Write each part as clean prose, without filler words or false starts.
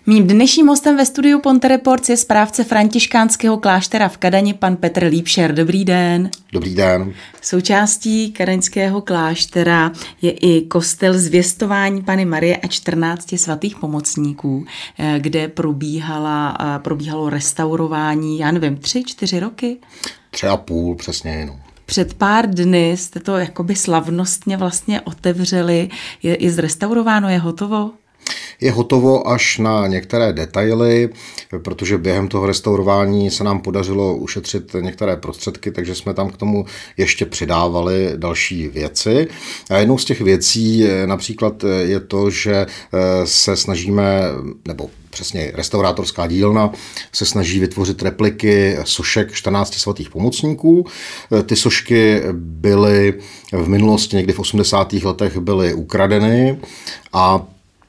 Mým dnešním hostem ve studiu Ponte Reports je správce františkánského kláštera v Kadani, pan Petr Lípšer. Dobrý den. Dobrý den. Součástí kadaňského kláštera je i kostel Zvěstování Panny Marie a 14 svatých pomocníků, kde probíhalo restaurování, 3-4 roky? 3,5 přesně jenom. Před pár dny jste to jakoby slavnostně vlastně otevřeli. Je zrestaurováno, je hotovo? Je hotovo až na některé detaily, protože během toho restaurování se nám podařilo ušetřit některé prostředky, takže jsme tam k tomu ještě přidávali další věci. A jednou z těch věcí například je to, že se snažíme, nebo přesně restaurátorská dílna se snaží vytvořit repliky sošek 14 svatých pomocníků. Ty sošky byly v minulosti, někdy v 80. letech byly ukradeny a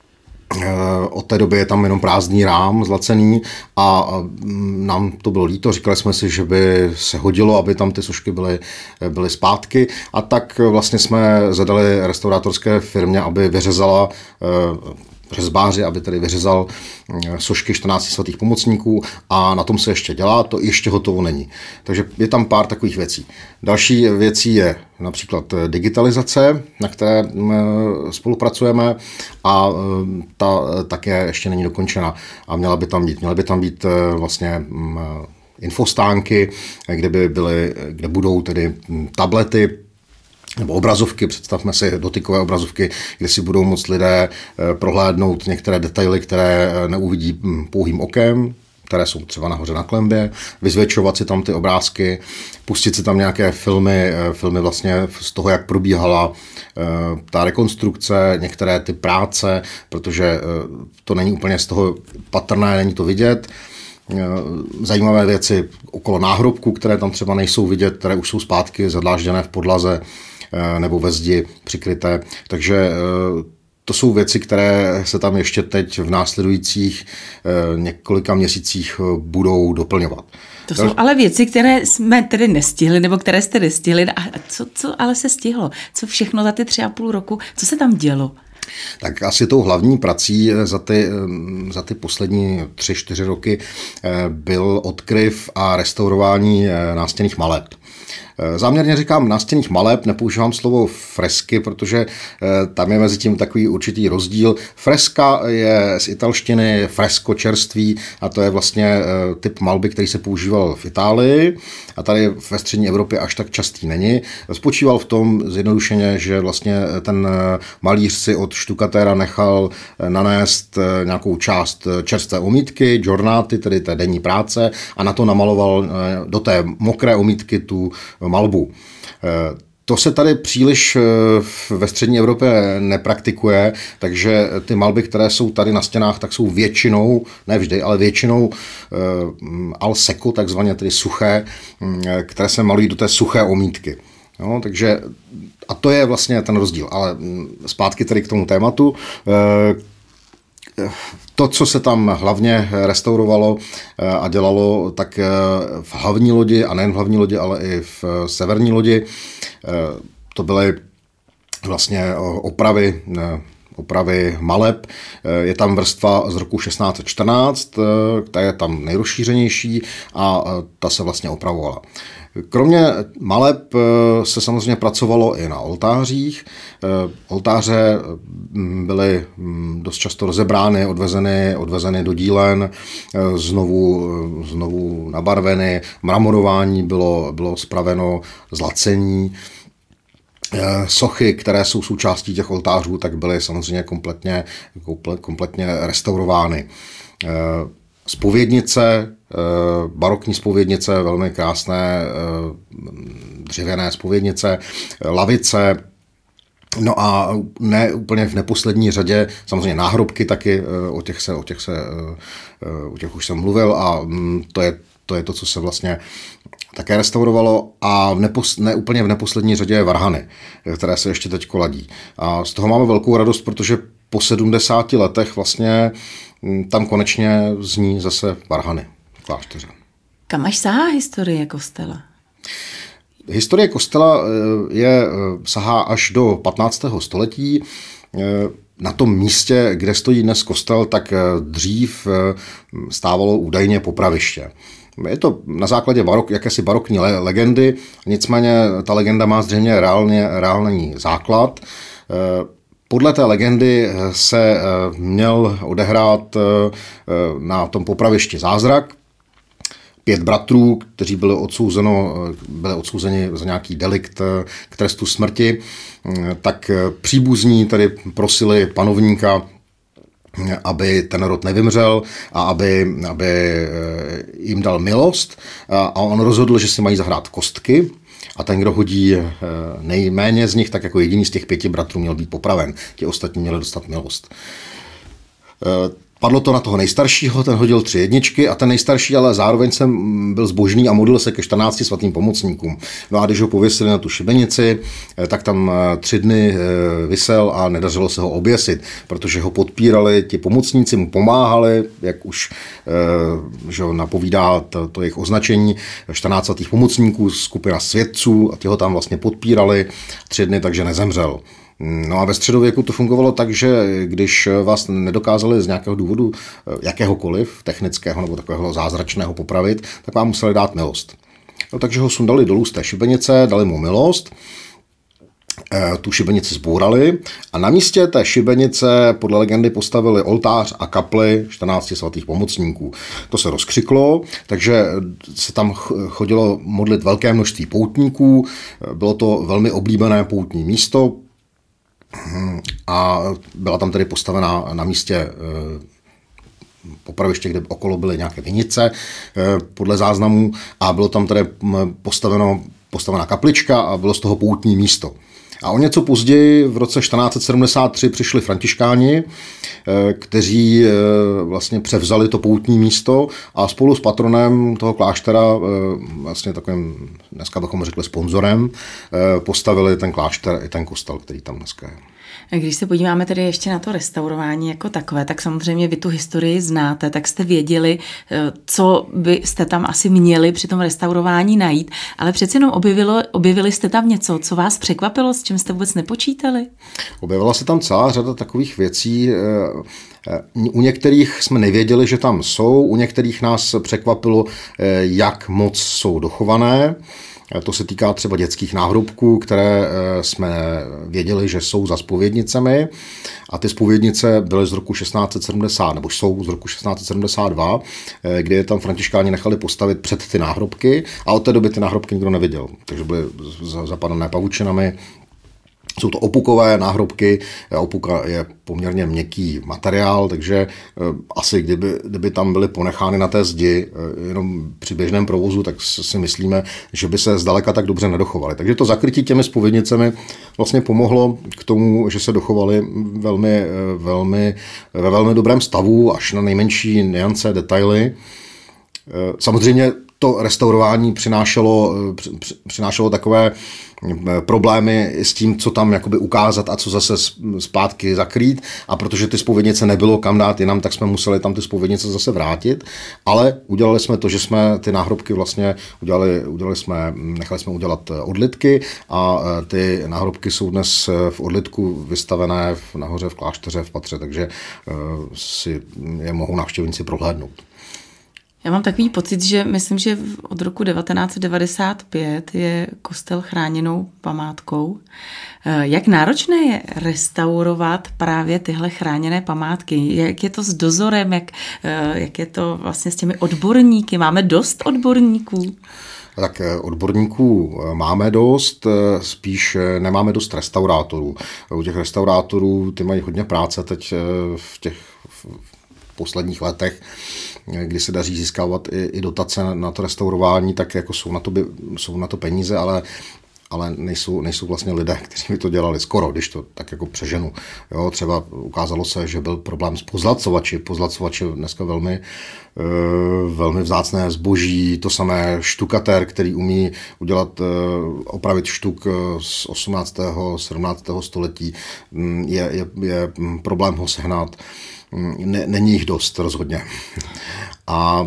od té doby je tam jenom prázdný rám zlacený a nám to bylo líto, říkali jsme si, že by se hodilo, aby tam ty sošky byly zpátky, a tak vlastně jsme zadali restaurátorské firmě, aby vyřezala řezbáři, aby tedy vyřezal sošky 14 svatých pomocníků, a na tom se ještě dělá, to ještě hotovo není. Takže je tam pár takových věcí. Další věcí je například digitalizace, na které spolupracujeme, a ta také ještě není dokončena a měly by tam být vlastně infostánky, kde budou tedy tablety nebo obrazovky, představme si dotykové obrazovky, kde si budou moct lidé prohlédnout některé detaily, které neuvidí pouhým okem, které jsou třeba nahoře na klenbě, vyzvětšovat si tam ty obrázky, pustit si tam nějaké filmy vlastně z toho, jak probíhala ta rekonstrukce, některé ty práce, protože to není úplně z toho patrné, není to vidět. Zajímavé věci okolo náhrobku, které tam třeba nejsou vidět, které už jsou zpátky zadlážděné v podlaze nebo ve zdi přikryté. Takže to jsou věci, které se tam ještě teď v následujících několika měsících budou doplňovat. To jsou ale věci, které jsme tedy nestihli, nebo které jste nestihli. A co ale se stihlo? Co všechno za ty 3,5 roku, co se tam dělo? Tak asi tou hlavní prací za ty poslední 3-4 roky byl odkryv a restaurování nástěnných maleb. Záměrně říkám nástěnných maleb, nepoužívám slovo fresky, protože tam je mezi tím takový určitý rozdíl. Freska je z italštiny fresco čerství, a to je vlastně typ malby, který se používal v Itálii a tady ve střední Evropě až tak častý není. Spočíval v tom zjednodušeně, že vlastně ten malíř si od štukatéra nechal nanést nějakou část čerstvé omítky, giornáty, tedy té denní práce, a na to namaloval do té mokré omítky tu malbu. To se tady příliš ve střední Evropě nepraktikuje, takže ty malby, které jsou tady na stěnách, tak jsou většinou, ne vždy, ale většinou al secco, takzvaně tedy suché, které se malují do té suché omítky. No, takže, a to je vlastně ten rozdíl. Ale zpátky tedy k tomu tématu. To, co se tam hlavně restaurovalo a dělalo, tak v hlavní lodi, a nejen v hlavní lodi, ale i v severní lodi, to byly vlastně opravy maleb. Je tam vrstva z roku 1614, ta je tam nejrozšířenější a ta se vlastně opravovala. Kromě maleb se samozřejmě pracovalo i na oltářích. Oltáře byly dost často rozebrány, odvezeny do dílen, znovu nabarveny, mramorování bylo spraveno, zlacení. Sochy, které jsou součástí těch oltářů, tak byly samozřejmě kompletně restaurovány. Zpovědnice, barokní zpovědnice, velmi krásné dřevěné zpovědnice, lavice, no a ne úplně v neposlední řadě, samozřejmě náhrobky taky, o těch už jsem mluvil, a to je to, co se vlastně také restaurovalo, a ne úplně v neposlední řadě varhany, které se ještě teď ladí. A z toho máme velkou radost, protože po 70 letech vlastně tam konečně zní zase varhany v klášteře. Kam až sahá historie kostela? Historie kostela sahá až do 15. století. Na tom místě, kde stojí dnes kostel, tak dřív stávalo údajně popraviště. Je to na základě jakési barokní legendy, nicméně ta legenda má zřejmě reálný základ. Podle té legendy se měl odehrát na tom popravišti zázrak. 5 bratrů, kteří byli odsouzeni za nějaký delikt k trestu smrti, tak příbuzní tady prosili panovníka, aby ten rod nevymřel a aby jim dal milost. A on rozhodl, že si mají zahrát kostky a ten, kdo hodí nejméně z nich, tak jako jediný z těch 5 bratrů měl být popraven. Ti ostatní měli dostat milost. Padlo to na toho nejstaršího, ten hodil 3 jedničky a ten nejstarší ale zároveň byl zbožný a modlil se ke 14 svatým pomocníkům. No a když ho pověsili na tu šibenici, tak tam 3 dny visel a nedařilo se ho oběsit, protože ho podpírali, ti pomocníci mu pomáhali, jak už že napovídá to jejich označení, 14 svatých pomocníků, skupina svědců a ti ho tam vlastně podpírali 3 dny, takže nezemřel. No a ve středověku to fungovalo tak, že když vás nedokázali z nějakého důvodu, jakéhokoliv, technického nebo takového zázračného popravit, tak vám museli dát milost. No, takže ho sundali dolů z té šibenice, dali mu milost, tu šibenici zbourali a na místě té šibenice podle legendy postavili oltář a kapli 14 svatých pomocníků. To se rozkřiklo, takže se tam chodilo modlit velké množství poutníků, bylo to velmi oblíbené poutní místo, a byla tam tedy postavená na místě popraviště, kde okolo byly nějaké vinice podle záznamů a bylo tam tedy postavená kaplička a bylo z toho poutní místo. A o něco později, v roce 1473, přišli františkáni, kteří vlastně převzali to poutní místo a spolu s patronem toho kláštera, vlastně takovým, dneska bychom řekli sponzorem, postavili ten klášter i ten kostel, který tam dneska je. Když se podíváme tedy ještě na to restaurování jako takové, tak samozřejmě vy tu historii znáte, tak jste věděli, co byste tam asi měli při tom restaurování najít, ale přeci jenom objevili jste tam něco, co vás překvapilo, s čím jste vůbec nepočítali? Objevila se tam celá řada takových věcí. U některých jsme nevěděli, že tam jsou, u některých nás překvapilo, jak moc jsou dochované. To se týká třeba dětských náhrobků, které jsme věděli, že jsou za zpovědnicemi. A ty zpovědnice byly z roku 1670, nebo jsou z roku 1672, kdy je tam františkáni nechali postavit před ty náhrobky a od té doby ty náhrobky nikdo neviděl. Takže byly zapadané pavučinami. Jsou to opukové náhrobky, opuka je poměrně měkký materiál, takže asi kdyby tam byly ponechány na té zdi jenom při běžném provozu, tak si myslíme, že by se zdaleka tak dobře nedochovaly. Takže to zakrytí těmi zpovědnicemi vlastně pomohlo k tomu, že se dochovaly ve velmi dobrém stavu, až na nejmenší nuance, detaily. Samozřejmě to restaurování přinášelo takové problémy s tím, co tam jakoby ukázat a co zase zpátky zakrýt. A protože ty zpovědnice nebylo kam dát jinam, tak jsme museli tam ty zpovědnice zase vrátit. Ale udělali jsme to, že jsme ty náhrobky vlastně nechali jsme udělat odlitky a ty náhrobky jsou dnes v odlitku vystavené nahoře v klášteře v patře, takže si je mohou návštěvníci prohlédnout. Já mám takový pocit, že myslím, že od roku 1995 je kostel chráněnou památkou. Jak náročné je restaurovat právě tyhle chráněné památky? Jak je to s dozorem? Jak je to vlastně s těmi odborníky? Máme dost odborníků? Tak odborníků máme dost, spíš nemáme dost restaurátorů. U těch restaurátorů ty mají hodně práce teď v těch posledních letech, kdy se daří získávat i dotace na to restaurování, tak jako jsou na to peníze, ale nejsou vlastně lidé, kteří by to dělali skoro, když to tak jako přeženu. Jo, třeba ukázalo se, že byl problém s pozlacovači. Pozlacovač je dneska velmi vzácné zboží, to samé štukatér, který umí opravit štuk z 18. 17. století, je problém ho sehnat. Není jich dost rozhodně. A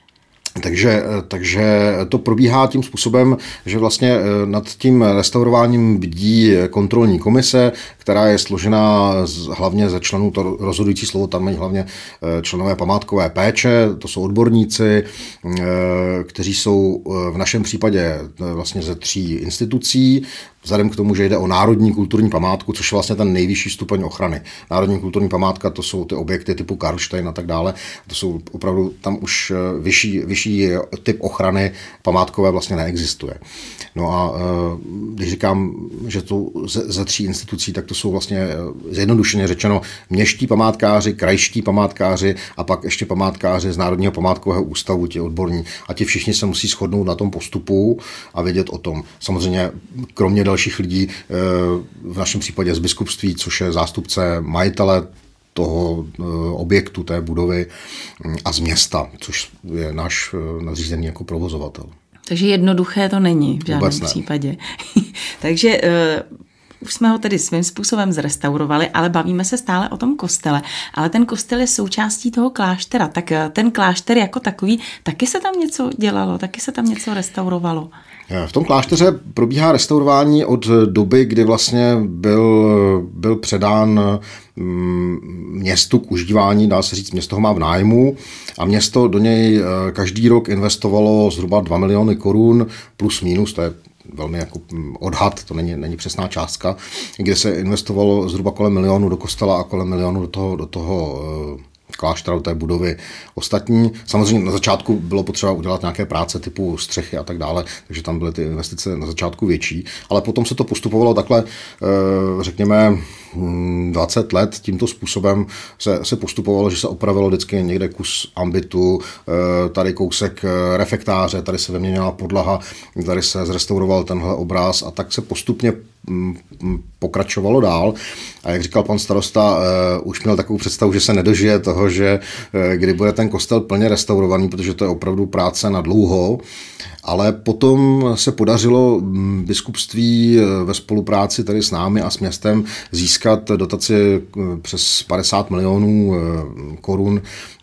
takže to probíhá tím způsobem, že vlastně nad tím restaurováním bdí kontrolní komise, která je složená hlavně ze členů, to rozhodující slovo tam mají hlavně členové památkové péče, to jsou odborníci, kteří jsou v našem případě vlastně ze 3 institucí, vzhledem k tomu, že jde o národní kulturní památku, což je vlastně ten nejvyšší stupeň ochrany. Národní kulturní památka, to jsou ty objekty typu Karlštejn a tak dále, to jsou opravdu tam už vyšší typ ochrany památkové vlastně neexistuje. No a když říkám, že to ze 3 institucí, tak to jsou vlastně zjednodušeně řečeno městští památkáři, krajští památkáři a pak ještě památkáři z Národního památkového ústavu, ti odborní. A ti všichni se musí shodnout na tom postupu a vědět o tom. Samozřejmě kromě dalších lidí, v našem případě z biskupství, což je zástupce majitele toho objektu, té budovy a z města, což je náš nadřízený jako provozovatel. Takže jednoduché to není v žádném případě. Takže už jsme ho tedy svým způsobem zrestaurovali, ale bavíme se stále o tom kostele. Ale ten kostel je součástí toho kláštera. Tak ten klášter jako takový, taky se tam něco dělalo, taky se tam něco restaurovalo. V tom klášteře probíhá restaurování od doby, kdy vlastně byl předán městu k užívání, dá se říct, město ho má v nájmu a město do něj každý rok investovalo zhruba 2 miliony korun plus minus, to je velmi jako odhad, to není přesná částka, kde se investovalo zhruba kolem milionu do kostela a kolem milionu do toho kláštera, do té budovy. Ostatní, samozřejmě na začátku bylo potřeba udělat nějaké práce typu střechy a tak dále, takže tam byly ty investice na začátku větší, ale potom se to postupovalo takhle, řekněme, 20 let tímto způsobem se postupovalo, že se opravilo vždycky někde kus ambitu, tady kousek refektáře, tady se vyměnila podlaha, tady se zrestauroval tenhle obraz a tak se postupně pokračovalo dál. A jak říkal pan starosta, už měl takovou představu, že se nedožije toho, že kdy bude ten kostel plně restaurovaný, protože to je opravdu práce na dlouho. Ale potom se podařilo biskupství ve spolupráci tady s námi a s městem získat dotaci přes 50 milionů korun,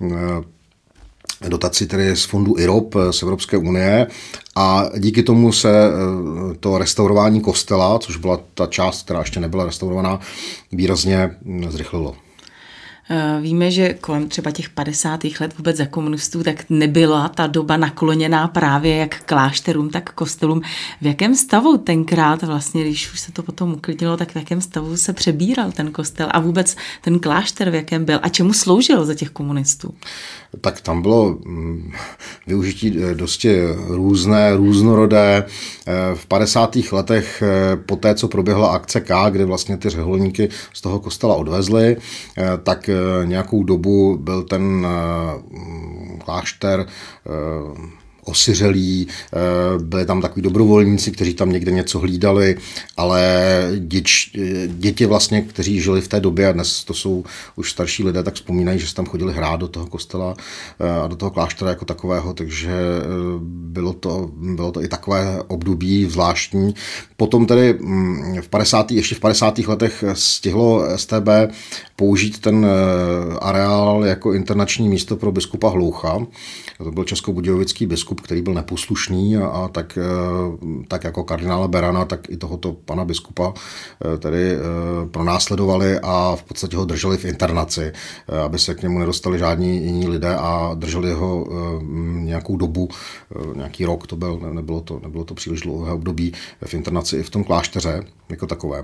dotaci tedy z fondu IROP z Evropské unie a díky tomu se to restaurování kostela, což byla ta část, která ještě nebyla restaurovaná, výrazně zrychlilo. Víme, že kolem třeba těch 50. let vůbec za komunistů tak nebyla ta doba nakloněná právě jak klášterům, tak kostelům. V jakém stavu tenkrát vlastně, když už se to potom uklidnilo, tak v jakém stavu se přebíral ten kostel a vůbec ten klášter v jakém byl a čemu sloužil za těch komunistů? Tak tam bylo využití dosti různorodé. V 50. letech po té, co proběhla akce K, kde vlastně ty řeholníky z toho kostela odvezli, tak nějakou dobu byl ten klášter osiřelí, byli tam takový dobrovolníci, kteří tam někde něco hlídali, ale děti vlastně, kteří žili v té době a dnes to jsou už starší lidé, tak vzpomínají, že se tam chodili hrát do toho kostela a do toho kláštera jako takového, takže bylo to i takové období zvláštní. Potom tedy ještě v 50. letech stihlo STB použít ten areál jako internační místo pro biskupa Hloucha. To byl českobudějovický biskup, který byl neposlušný a tak jako kardinála Berana, tak i tohoto pana biskupa tedy pronásledovali a v podstatě ho drželi v internaci, aby se k němu nedostali žádní jiní lidé a drželi ho nějakou dobu, nějaký rok to byl, nebylo to příliš dlouhé období v internaci i v tom klášteře jako takovém.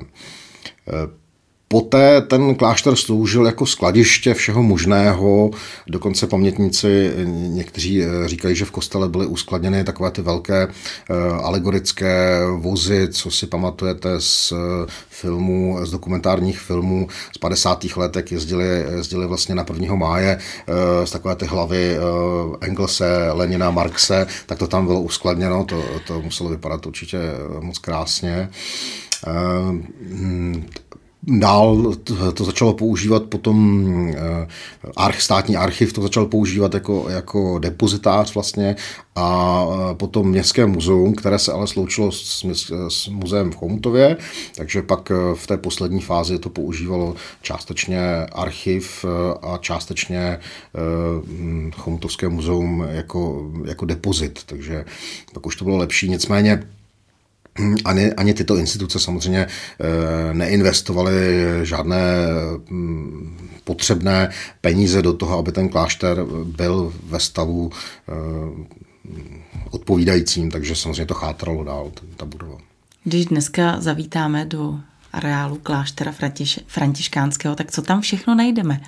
Poté ten klášter sloužil jako skladiště všeho možného, dokonce pamětníci někteří říkají, že v kostele byly uskladněny takové ty velké alegorické vozy, co si pamatujete z dokumentárních filmů z 50. let, jak jezdili vlastně na 1. máje z takové ty hlavy Engelse, Lenina, Marxe, tak to tam bylo uskladněno, to muselo vypadat určitě moc krásně. Dál to začalo používat potom státní archiv, to začal používat jako depozitář vlastně a potom Městské muzeum, které se ale sloučilo s muzeem v Chomutově, takže pak v té poslední fázi to používalo částečně archiv a částečně Chomutovské muzeum jako depozit, takže pak už to bylo lepší, nicméně Ani tyto instituce samozřejmě neinvestovaly žádné potřebné peníze do toho, aby ten klášter byl ve stavu odpovídajícím, takže samozřejmě to chátralo dál, ta budova. Když dneska zavítáme do areálu kláštera františkánského, tak co tam všechno najdeme?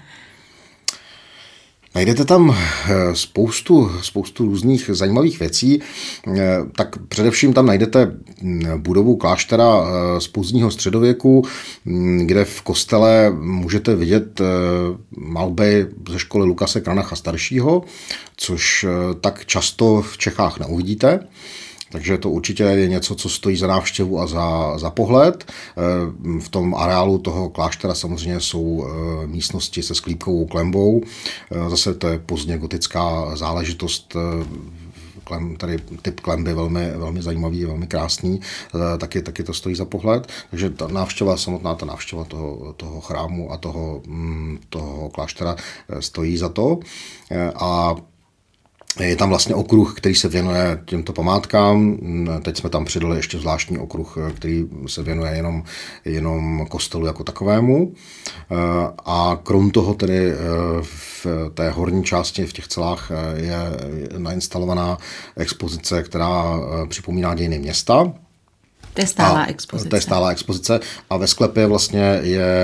Najdete tam spoustu různých zajímavých věcí. Tak především tam najdete budovu kláštera z pozdního středověku, kde v kostele můžete vidět malby ze školy Lukase Kranacha staršího, což tak často v Čechách neuvidíte. Takže to určitě je něco, co stojí za návštěvu a za pohled. V tom areálu toho kláštera samozřejmě jsou místnosti se sklípkovou klenbou. Zase to je pozdně gotická záležitost. Tady typ klenby velmi zajímavý, velmi krásný, taky to stojí za pohled. Takže ta návštěva toho chrámu a toho kláštera stojí za to. A je tam vlastně okruh, který se věnuje těmto památkám. Teď jsme tam přidali ještě zvláštní okruh, který se věnuje jenom kostelu jako takovému. A krom toho tedy v té horní části, v těch celách, je nainstalovaná expozice, která připomíná dějiny města. To je stálá expozice. To je stálá expozice a ve sklepě vlastně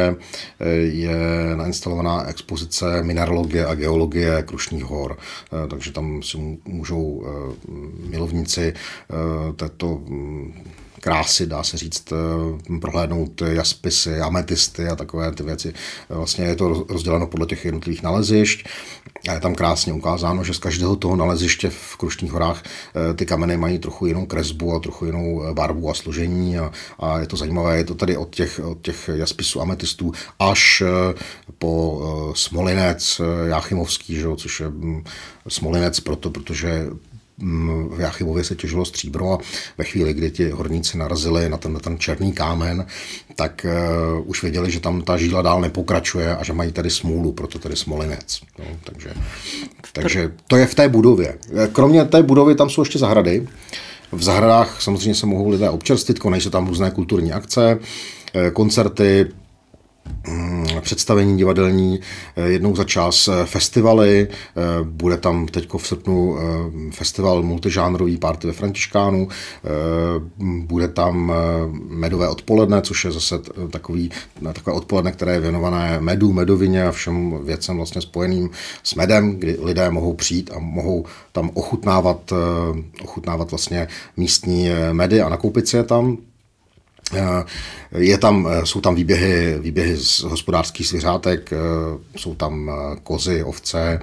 je nainstalovaná expozice mineralogie a geologie Krušných hor. Takže tam si můžou milovníci této krásy, dá se říct, prohlédnout jaspisy, ametisty a takové ty věci. Vlastně je to rozděleno podle těch jednotlivých nalezišť a je tam krásně ukázáno, že z každého toho naleziště v Krušných horách ty kameny mají trochu jinou kresbu a trochu jinou barvu a složení a je to zajímavé. Je to tady od těch jaspisů, ametistů až po smolinec jáchymovský, že, což je smolinec protože v Jáchymově se těžilo stříbro a ve chvíli, kdy ti horníci narazili na ten černý kámen, tak už věděli, že tam ta žíla dál nepokračuje a že mají tady smůlu, proto tady smolinec. No, takže to je v té budově. Kromě té budovy tam jsou ještě zahrady. V zahradách samozřejmě se mohou lidé občerstvit, konají se tam různé kulturní akce, koncerty, představení divadelní, jednou za čas festivaly, bude tam teďko v srpnu festival multižánrový Party ve Františkánu, bude tam medové odpoledne, což je zase takové odpoledne, které je věnované medu, medovině a všem věcem vlastně spojeným s medem, kdy lidé mohou přijít a mohou tam ochutnávat vlastně místní medy a nakoupit si je tam. Jsou tam výběhy z hospodářských zvířátek, jsou tam kozy, ovce,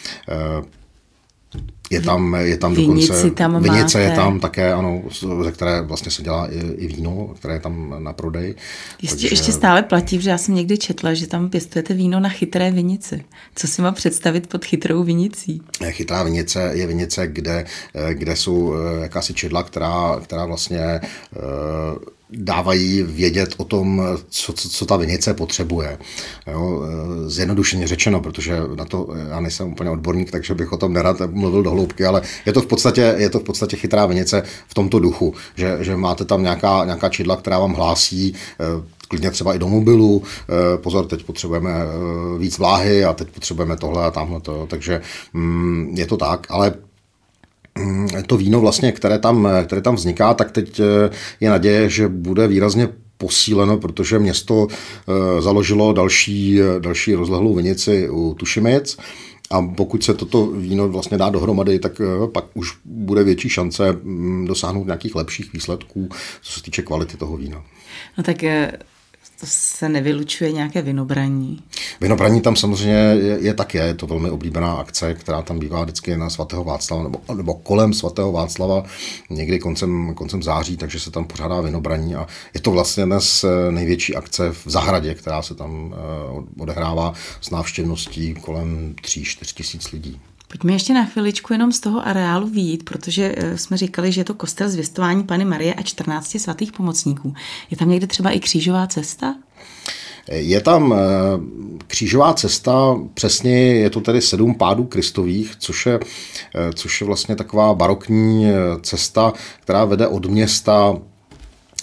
je tam dokonce vinice je tam také, ano, ze které vlastně se dělá i víno, které je tam na prodej. Ještě stále platí, že já jsem někdy četla, že tam pěstujete víno na chytré vinici. Co si mám představit pod chytrou vinicí? Chytrá vinice je vinice, kde jsou jakási čidla, která vlastně dávají vědět o tom, co ta vinice potřebuje. Jo, zjednodušeně řečeno, protože na to já nejsem úplně odborník, takže bych o tom nerad mluvil do hloubky, ale je to v podstatě chytrá vinice v tomto duchu, že máte tam nějaká čidla, která vám hlásí, klidně třeba i do mobilu, pozor, teď potřebujeme víc vláhy a teď potřebujeme tohle a tamhle to, takže je to tak, ale to víno vlastně, které tam vzniká, tak teď je naděje, že bude výrazně posíleno, protože město založilo další rozlehlou vinici u Tušimic a pokud se toto víno vlastně dá dohromady, tak pak už bude větší šance dosáhnout nějakých lepších výsledků, co se týče kvality toho vína. No tak to se nevylučuje nějaké vinobraní. Vinobraní tam samozřejmě je to velmi oblíbená akce, která tam bývá vždycky na svatého Václava nebo kolem svatého Václava, někdy koncem září, takže se tam pořádá vinobraní a je to vlastně dnes největší akce v zahradě, která se tam odehrává s návštěvností kolem 3-4 tisíc lidí. Pojďme ještě na chviličku jenom z toho areálu vyjít, protože jsme říkali, že je to kostel Zvěstování Panny Marie a 14 svatých pomocníků. Je tam někde třeba i křížová cesta? Je tam křížová cesta, přesně je to tedy 7 pádů Kristových, což je vlastně taková barokní cesta, která vede od města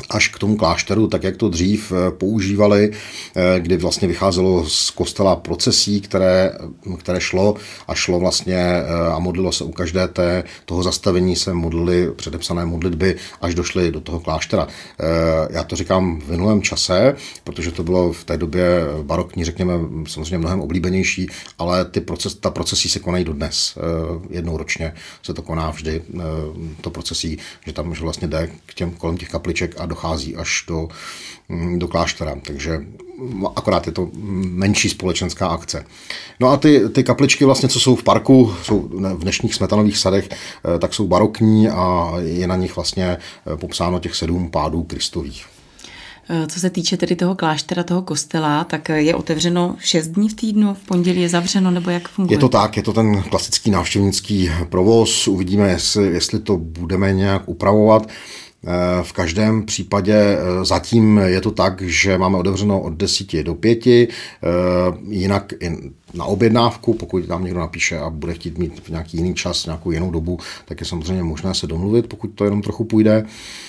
až k tomu klášteru, tak jak to dřív používali, kdy vlastně vycházelo z kostela procesí, které šlo vlastně a modlilo se u každé toho zastavení, se modlili předepsané modlitby, až došly do toho kláštera. Já to říkám v minulém čase, protože to bylo v té době barokní, řekněme, samozřejmě mnohem oblíbenější, ale ta procesí se konají dodnes. Jednou ročně se to koná vždy, to procesí, že tam vlastně jde kolem těch kapliček a dochází až do kláštera, takže akorát je to menší společenská akce. No a ty kapličky vlastně, co jsou v parku, jsou v dnešních smetanových sadech, tak jsou barokní a je na nich vlastně popsáno těch 7 pádů Kristových. Co se týče tedy toho kláštera, toho kostela, tak je otevřeno 6 dní v týdnu, v pondělí je zavřeno, nebo jak funguje? Je to tak, je to ten klasický návštěvnický provoz, uvidíme, jestli to budeme nějak upravovat. V každém případě zatím je to tak, že máme otevřeno od 10 do 5, jinak i na objednávku, pokud tam někdo napíše a bude chtít mít v nějaký jiný čas, nějakou jinou dobu, tak je samozřejmě možné se domluvit, pokud to jenom trochu půjde.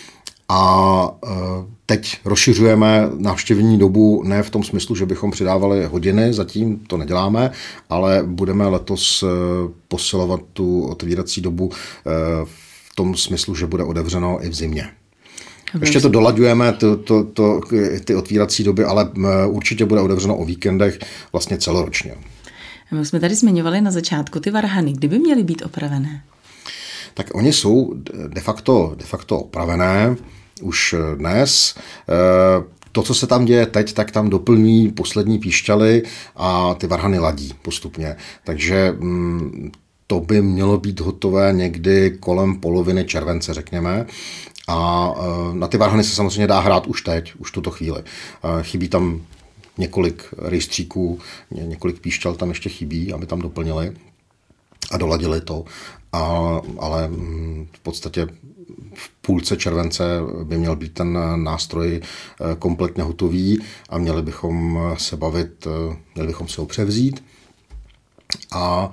A teď rozšiřujeme návštěvní dobu ne v tom smyslu, že bychom přidávali hodiny, zatím to neděláme, ale budeme letos posilovat tu otevírací dobu v tom smyslu, že bude otevřeno i v zimě. Ještě to dolaďujeme, ty otvírací doby, ale určitě bude otevřeno o víkendech vlastně celoročně. My jsme tady zmiňovali na začátku ty varhany. Kdyby měly být opravené? Tak oni jsou de facto opravené už dnes. To, co se tam děje teď, tak tam doplní poslední píšťaly a ty varhany ladí postupně. Takže to by mělo být hotové někdy kolem poloviny července, řekněme. A na ty varhany se samozřejmě dá hrát už teď, už tuto chvíli. Chybí tam několik rejstříků, několik píšťal tam ještě chybí, aby tam doplnili a doladili to. Ale v podstatě v půlce července by měl být ten nástroj kompletně hotový a měli bychom se bavit, měli bychom si ho převzít a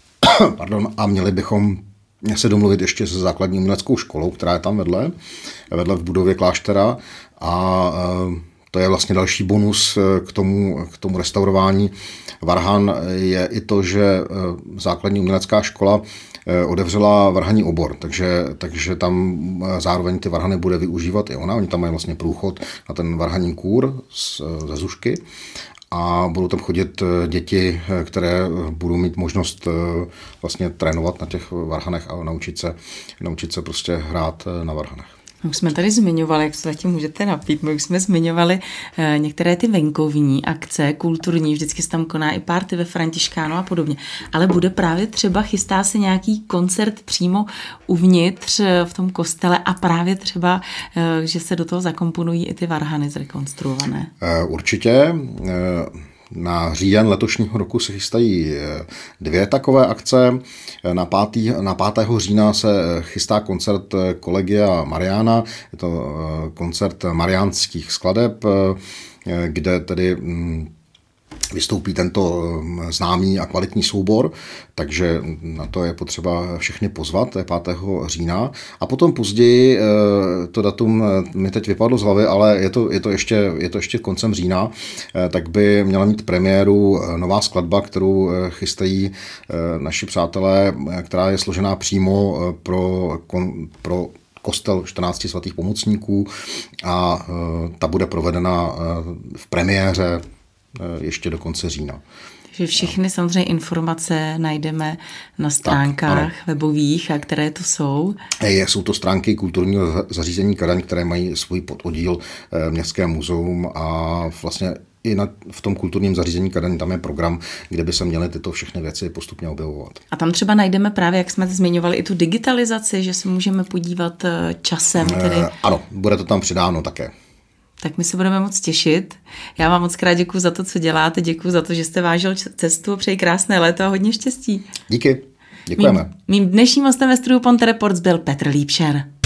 měli bychom se domluvit ještě se základní uměleckou školou, která je tam vedle v budově kláštera a to je vlastně další bonus k tomu restaurování varhan je i to, že základní umělecká škola otevřela varhanní obor, takže tam zároveň ty varhany bude využívat i ona. Oni tam mají vlastně průchod na ten varhanní kůr ze Zušky a budou tam chodit děti, které budou mít možnost vlastně trénovat na těch varhanech a naučit se prostě hrát na varhanech. My už jsme tady zmiňovali, jak se zatím můžete napít, my už jsme zmiňovali některé ty venkovní akce, kulturní, vždycky se tam koná i party ve Františkánu a podobně. Ale bude právě třeba, chystá se nějaký koncert přímo uvnitř v tom kostele a právě třeba, že se do toho zakomponují i ty varhany zrekonstruované. Určitě. Na říjen letošního roku se chystají 2 takové akce. Na 5. října se chystá koncert Collegia Mariana. Je to koncert mariánských skladeb, kde tedy vystoupí tento známý a kvalitní soubor, takže na to je potřeba všechny pozvat, to je 5. října. A potom později, to datum mi teď vypadlo z hlavy, ale je to ještě koncem října, tak by měla mít premiéru nová skladba, kterou chystají naši přátelé, která je složená přímo pro kostel 14 svatých pomocníků a ta bude provedena v premiéře ještě do konce října. Takže všechny samozřejmě informace najdeme na stránkách webových, a které to jsou. Jsou to stránky kulturního zařízení Kadaň, které mají svůj pododíl Městské muzeum a vlastně i v tom kulturním zařízení Kadaň tam je program, kde by se měly tyto všechny věci postupně objevovat. A tam třeba najdeme právě, jak jsme zmiňovali, i tu digitalizaci, že se můžeme podívat časem. Ano, bude to tam přidáno také. Tak my se budeme moc těšit. Já vám moc krát děkuji za to, co děláte, děkuji za to, že jste vážil cestu, přeji krásné léto a hodně štěstí. Díky, děkujeme. Mým dnešním hostem ve studiu Ponte Reports byl Petr Lípšer.